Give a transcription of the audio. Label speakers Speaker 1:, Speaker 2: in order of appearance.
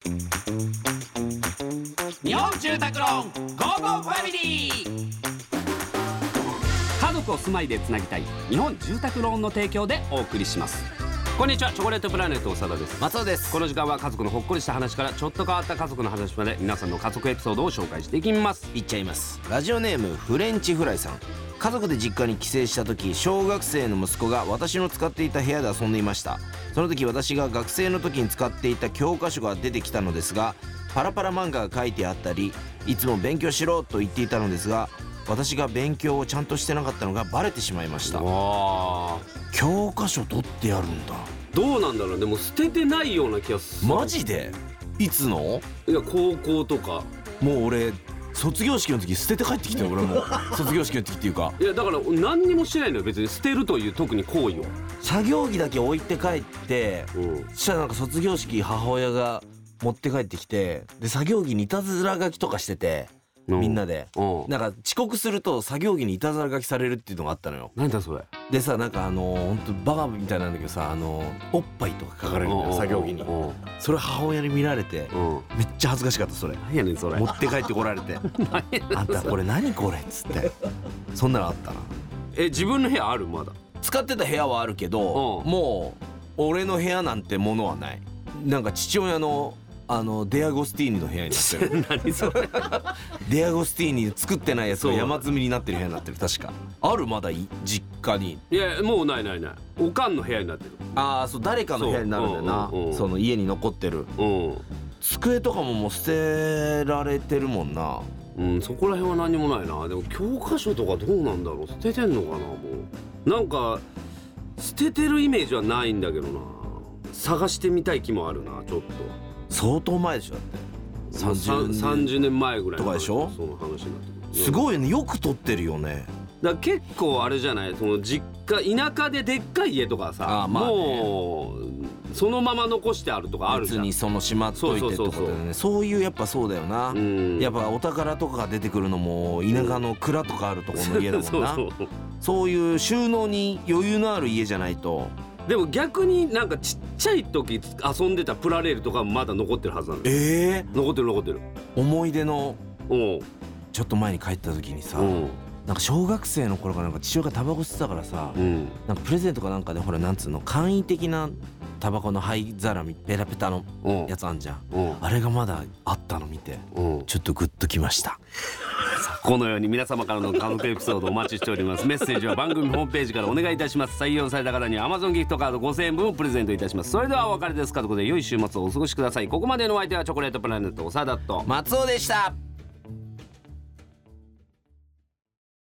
Speaker 1: 日本住宅ローンゴーゴーファミリー。家族を住まいでつなぎたい日本住宅ローンの提供でお送りします。こんにちは、チョコレートプラネット長田です。
Speaker 2: 松尾です。
Speaker 1: この時間は家族のほっこりした話からちょっと変わった家族の話まで皆さんの家族エピソードを紹介していきます。
Speaker 2: いっちゃいます。ラジオネームフレンチフライさん。家族で実家に帰省した時、小学生の息子が私の使っていた部屋で遊んでいました。その時私が学生の時に使っていた教科書が出てきたのですが、パラパラ漫画が書いてあったり、いつも勉強しろと言っていたのですが、私が勉強をちゃんとしてなかったのがバレてしまいました。教科書取ってやるんだ。
Speaker 1: どうなんだろう。でも捨ててないような気がする。
Speaker 2: マジで？いつの？
Speaker 1: いや、高校とか。
Speaker 2: もう俺卒業式の時捨てて帰ってきたよ。俺も卒業式の時っていうか、
Speaker 1: いやだから何にもしてないのよ。別に捨てるという特に行為を。
Speaker 2: 作業着だけ置いて帰って、そしたらなんか卒業式母親が持って帰ってきて、で作業着にいたずら書きとかしてて、みんなでなんか遅刻すると作業着にいたずら書きされるっていうのがあったのよ。
Speaker 1: なんだそれ。
Speaker 2: でさ、なんかほんとバカみたいなんだけどさ、おっぱいとか書かれるんだよ、作業着に。それ母親に見られてめっちゃ恥ずかしかった。それ
Speaker 1: 何やねんそれ。
Speaker 2: 持って帰ってこられてあんたこれ何これっつって。そんなのあったな。
Speaker 1: 自分の部屋ある？まだ
Speaker 2: 使ってた部屋はあるけど、もう俺の部屋なんてものはない。なんか父親のデアゴスティーニの部屋になってる。
Speaker 1: 何それ。
Speaker 2: デアゴスティーニ作ってないやつが山積みになってる部屋になってる。確かある。まだ実家に。
Speaker 1: いやもうない。おかんの部屋になってる。
Speaker 2: ああ、そう、誰かの部屋になるんだよな。その家に残ってる机とかももう捨てられてるもんな。
Speaker 1: そこら辺は何もないな。でも教科書とかどうなんだろう。捨ててんのかな。もうなんか捨ててるイメージはないんだけどな。探してみたい気もあるな。ちょっと
Speaker 2: 相当前でしょ。だって
Speaker 1: 30年前ぐらい
Speaker 2: とかでしょ。
Speaker 1: その話になってくる。
Speaker 2: すごいよね。よく撮ってるよね。
Speaker 1: だから結構あれじゃない。その実家田舎ででっかい家とかさ、もうそのまま残してあるとかあるじゃん。
Speaker 2: 別にそのしまっといてってことだよね。そういうやっぱそうだよな。やっぱお宝とかが出てくるのも田舎の蔵とかあるところの家だもんな。そういう収納に余裕のある家じゃないと。
Speaker 1: でも逆になんかちっちゃい時遊んでたプラレールとかもまだ残ってるはずなんだよ。残ってる。思
Speaker 2: い出のちょっと前に帰った時にさ、なんか小学生の頃からなんか父親がタバコ吸ってたからさ、なんかプレゼントかなんかでほらなんつうの簡易的なタバコの灰皿ペラペタのやつあんじゃん。あれがまだあったの見てちょっとグッときました。
Speaker 1: このように皆様からの家族エピソードお待ちしております。メッセージは番組ホームページからお願いいたします。採用された方には Amazon ギフトカード5000円分をプレゼントいたします。それではお別れです。家族で良い週末をお過ごしください。ここまでのお相手はチョコレートプラネット長田と
Speaker 2: 松尾でした。